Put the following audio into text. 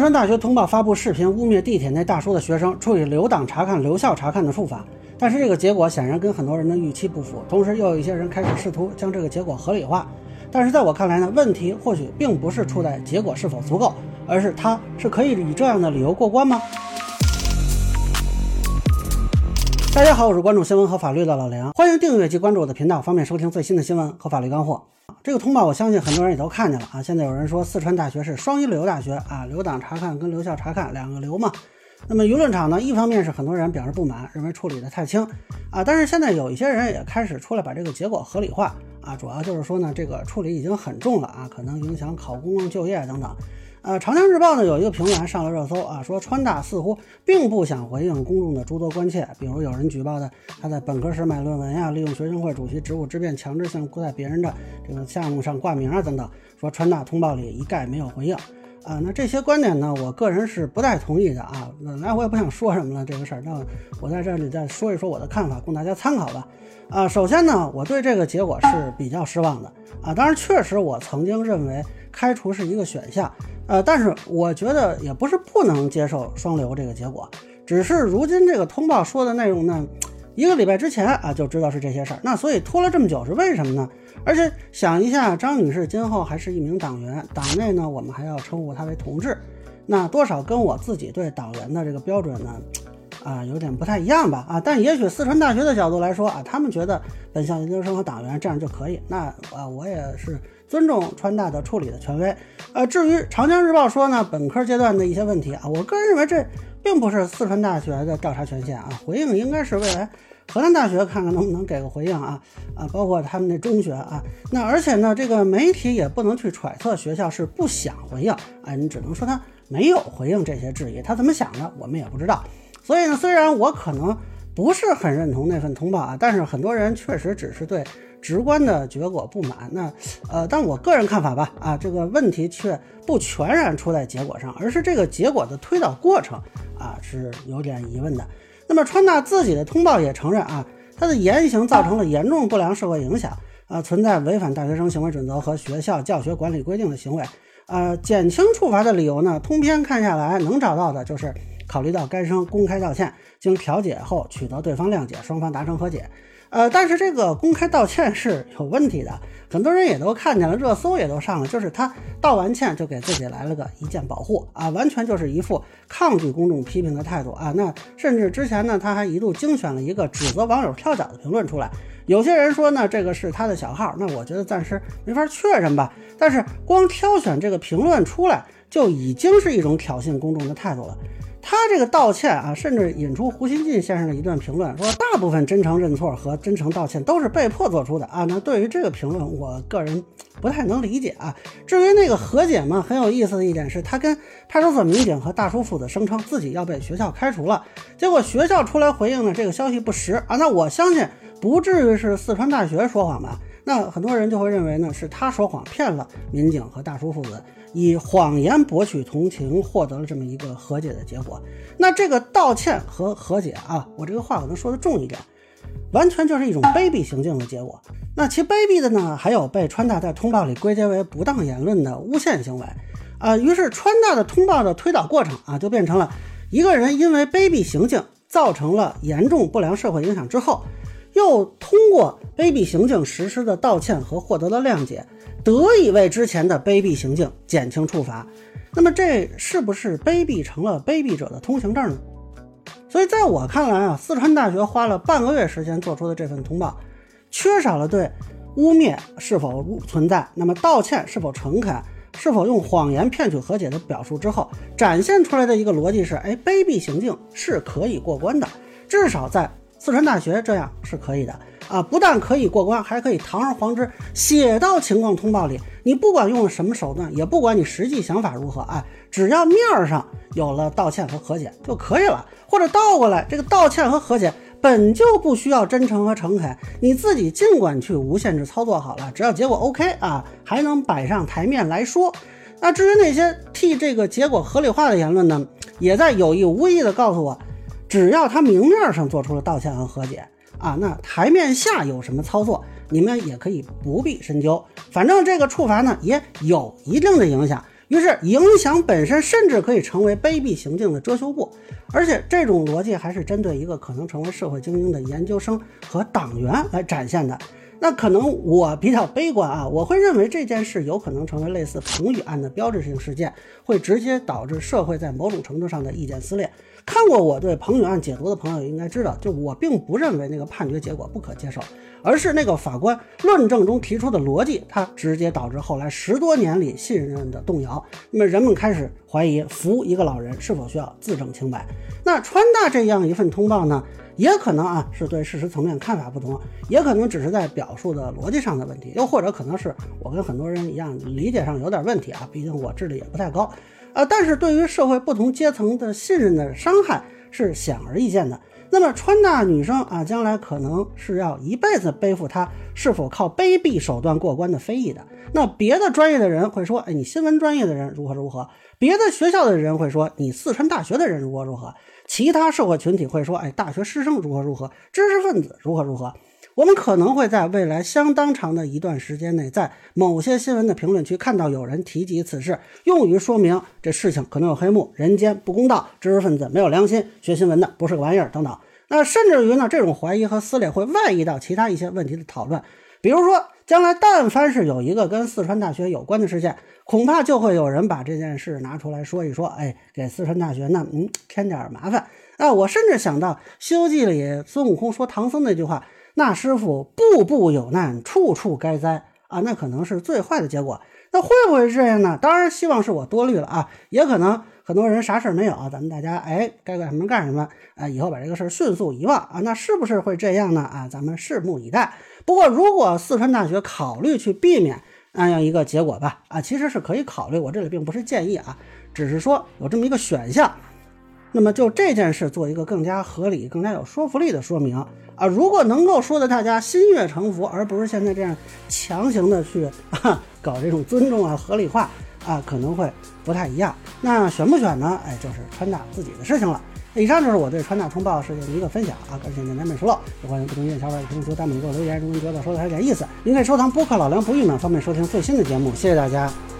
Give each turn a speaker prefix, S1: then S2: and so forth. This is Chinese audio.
S1: 四川大学通报发布视频污蔑地铁内大叔的学生，处以留党察看、留校察看的处罚。但是这个结果显然跟很多人的预期不符，同时又有一些人开始试图将这个结果合理化。但是在我看来呢，问题或许并不是出在结果是否足够，而是它是可以以这样的理由过关吗？大家好，我是关注新闻和法律的老梁，欢迎订阅及关注我的频道，方便收听最新的新闻和法律干货。这个通报我相信很多人也都看见了啊。现在有人说四川大学是双一流大学啊，留党察看跟留校察看两个留嘛。那么舆论场呢，一方面是很多人表示不满，认为处理的太轻啊，但是现在有一些人也开始出来把这个结果合理化啊，主要就是说呢，这个处理已经很重了啊，可能影响考公共就业等等。长江日报呢有一个评论上了热搜啊，说川大似乎并不想回应公众的诸多关切，比如有人举报的他在本科时买论文呀，利用学生会主席职务之便强制性在别人的这个项目上挂名啊等等，说川大通报里一概没有回应啊。那这些观点呢，我个人是不太同意的啊。本来我也不想说什么了这个事儿，那我在这里再说一说我的看法，供大家参考吧。首先呢，我对这个结果是比较失望的啊。当然，确实我曾经认为开除是一个选项。但是我觉得也不是不能接受双留这个结果，只是如今这个通报说的内容呢，一个礼拜之前啊就知道是这些事儿，那所以拖了这么久是为什么呢？而且想一下，张女士今后还是一名党员，党内呢我们还要称呼她为同志，那多少跟我自己对党员的这个标准呢有点不太一样吧啊，但也许四川大学的角度来说啊，他们觉得本校研究生和党员这样就可以，那我也是尊重川大的处理的权威。至于长江日报说呢，本科阶段的一些问题啊，我个人认为这并不是四川大学的调查权限啊，回应应该是未来河南大学看看能不能给个回应啊，包括他们的中学啊。那而且呢，这个媒体也不能去揣测学校是不想回应啊，你只能说他没有回应这些质疑，他怎么想的我们也不知道。所以呢，虽然我可能不是很认同那份通报啊，但是很多人确实只是对直观的结果不满。那但我个人看法吧啊，这个问题却不全然出在结果上，而是这个结果的推导过程啊是有点疑问的。那么川大自己的通报也承认啊，他的言行造成了严重不良社会影响存在违反大学生行为准则和学校教学管理规定的行为。减轻处罚的理由呢，通篇看下来能找到的就是考虑到该生公开道歉，经调解后取得对方谅解，双方达成和解。但是这个公开道歉是有问题的，很多人也都看见了，热搜也都上了，就是他道完歉就给自己来了个一键保护啊，完全就是一副抗拒公众批评的态度啊。那甚至之前呢，他还一度精选了一个指责网友跳脚的评论出来，有些人说呢这个是他的小号，那我觉得暂时没法确认吧，但是光挑选这个评论出来就已经是一种挑衅公众的态度了。他这个道歉啊，甚至引出胡锡进先生的一段评论，说大部分真诚认错和真诚道歉都是被迫做出的啊。那对于这个评论，我个人不太能理解啊。至于那个和解嘛，很有意思的一点是，他跟派出所民警和大叔父子声称自己要被学校开除了，结果学校出来回应呢，这个消息不实啊。那我相信不至于是四川大学说谎吧？那很多人就会认为呢，是他说谎骗了民警和大叔父子，以谎言博取同情，获得了这么一个和解的结果。那这个道歉和和解啊，我这个话可能说的重一点，完全就是一种卑鄙行径的结果。那其卑鄙的呢，还有被川大在通报里归结为不当言论的诬陷行为于是川大的通报的推导过程啊，就变成了一个人因为卑鄙行径造成了严重不良社会影响之后，又通过卑鄙行径实施的道歉和获得了谅解，得以为之前的卑鄙行径减轻处罚。那么这是不是卑鄙成了卑鄙者的通行证呢？所以在我看来啊，四川大学花了半个月时间做出的这份通报，缺少了对污蔑是否存在，那么道歉是否诚恳，是否用谎言骗取和解的表述之后，展现出来的一个逻辑是，卑鄙行径是可以过关的，至少在四川大学这样是可以的不但可以过关，还可以堂而皇之写到情况通报里，你不管用了什么手段，也不管你实际想法如何只要面上有了道歉和和解就可以了。或者倒过来，这个道歉和和解本就不需要真诚和诚恳，你自己尽管去无限制操作好了，只要结果 OK 还能摆上台面来说。那至于那些替这个结果合理化的言论呢，也在有意无意的告诉我，只要他明面上做出了道歉和和解那台面下有什么操作，你们也可以不必深究，反正这个处罚呢也有一定的影响， 于是影响本身甚至可以成为卑鄙行径的遮羞布，而且这种逻辑还是针对一个可能成为社会精英的研究生和党员来展现的。那可能我比较悲观啊，我会认为这件事有可能成为类似彭宇案的标志性事件，会直接导致社会在某种程度上的意见撕裂。看过我对彭宇案解读的朋友应该知道，就我并不认为那个判决结果不可接受，而是那个法官论证中提出的逻辑，它直接导致后来10多年里信任的动摇。那么人们开始怀疑扶一个老人是否需要自证清白。那川大这样一份通报呢，也可能是对事实层面看法不同，也可能只是在表述的逻辑上的问题，又或者可能是我跟很多人一样理解上有点问题毕竟我智力也不太高但是对于社会不同阶层的信任的伤害是显而易见的。那么川大女生将来可能是要一辈子背负她是否靠卑鄙手段过关的非议的。那别的专业的人会说，你新闻专业的人如何如何，别的学校的人会说你四川大学的人如何如何，其他社会群体会说大学师生如何如何，知识分子如何如何。我们可能会在未来相当长的一段时间内，在某些新闻的评论区看到有人提及此事，用于说明这事情可能有黑幕，人间不公道，知识分子没有良心，学新闻的不是个玩意儿等等。那甚至于呢，这种怀疑和撕裂会外溢到其他一些问题的讨论，比如说将来但凡是有一个跟四川大学有关的事件，恐怕就会有人把这件事拿出来说一说，给四川大学呢添点麻烦我甚至想到《西游记》里孙悟空说唐僧那句话，那师傅步步有难，处处该灾那可能是最坏的结果。那会不会是这样呢？当然希望是我多虑了也可能很多人啥事没有咱们大家该干什么干什么以后把这个事迅速遗忘那是不是会这样呢咱们拭目以待。不过如果四川大学考虑去避免那样一个结果吧其实是可以考虑，我这里并不是建议只是说有这么一个选项。那么就这件事做一个更加合理更加有说服力的说明如果能够说的大家心悦诚服，而不是现在这样强行的去搞这种尊重合理化可能会不太一样。那选不选呢就是川大自己的事情了。以上就是我对川大通报事件的一个分享感谢您的美熟漏。有关于不同意见小伙伴评论区弹幕给我留言，如果您觉得说的还有点意思，您可以收藏播客老梁不郁闷，方便收听最新的节目。谢谢大家。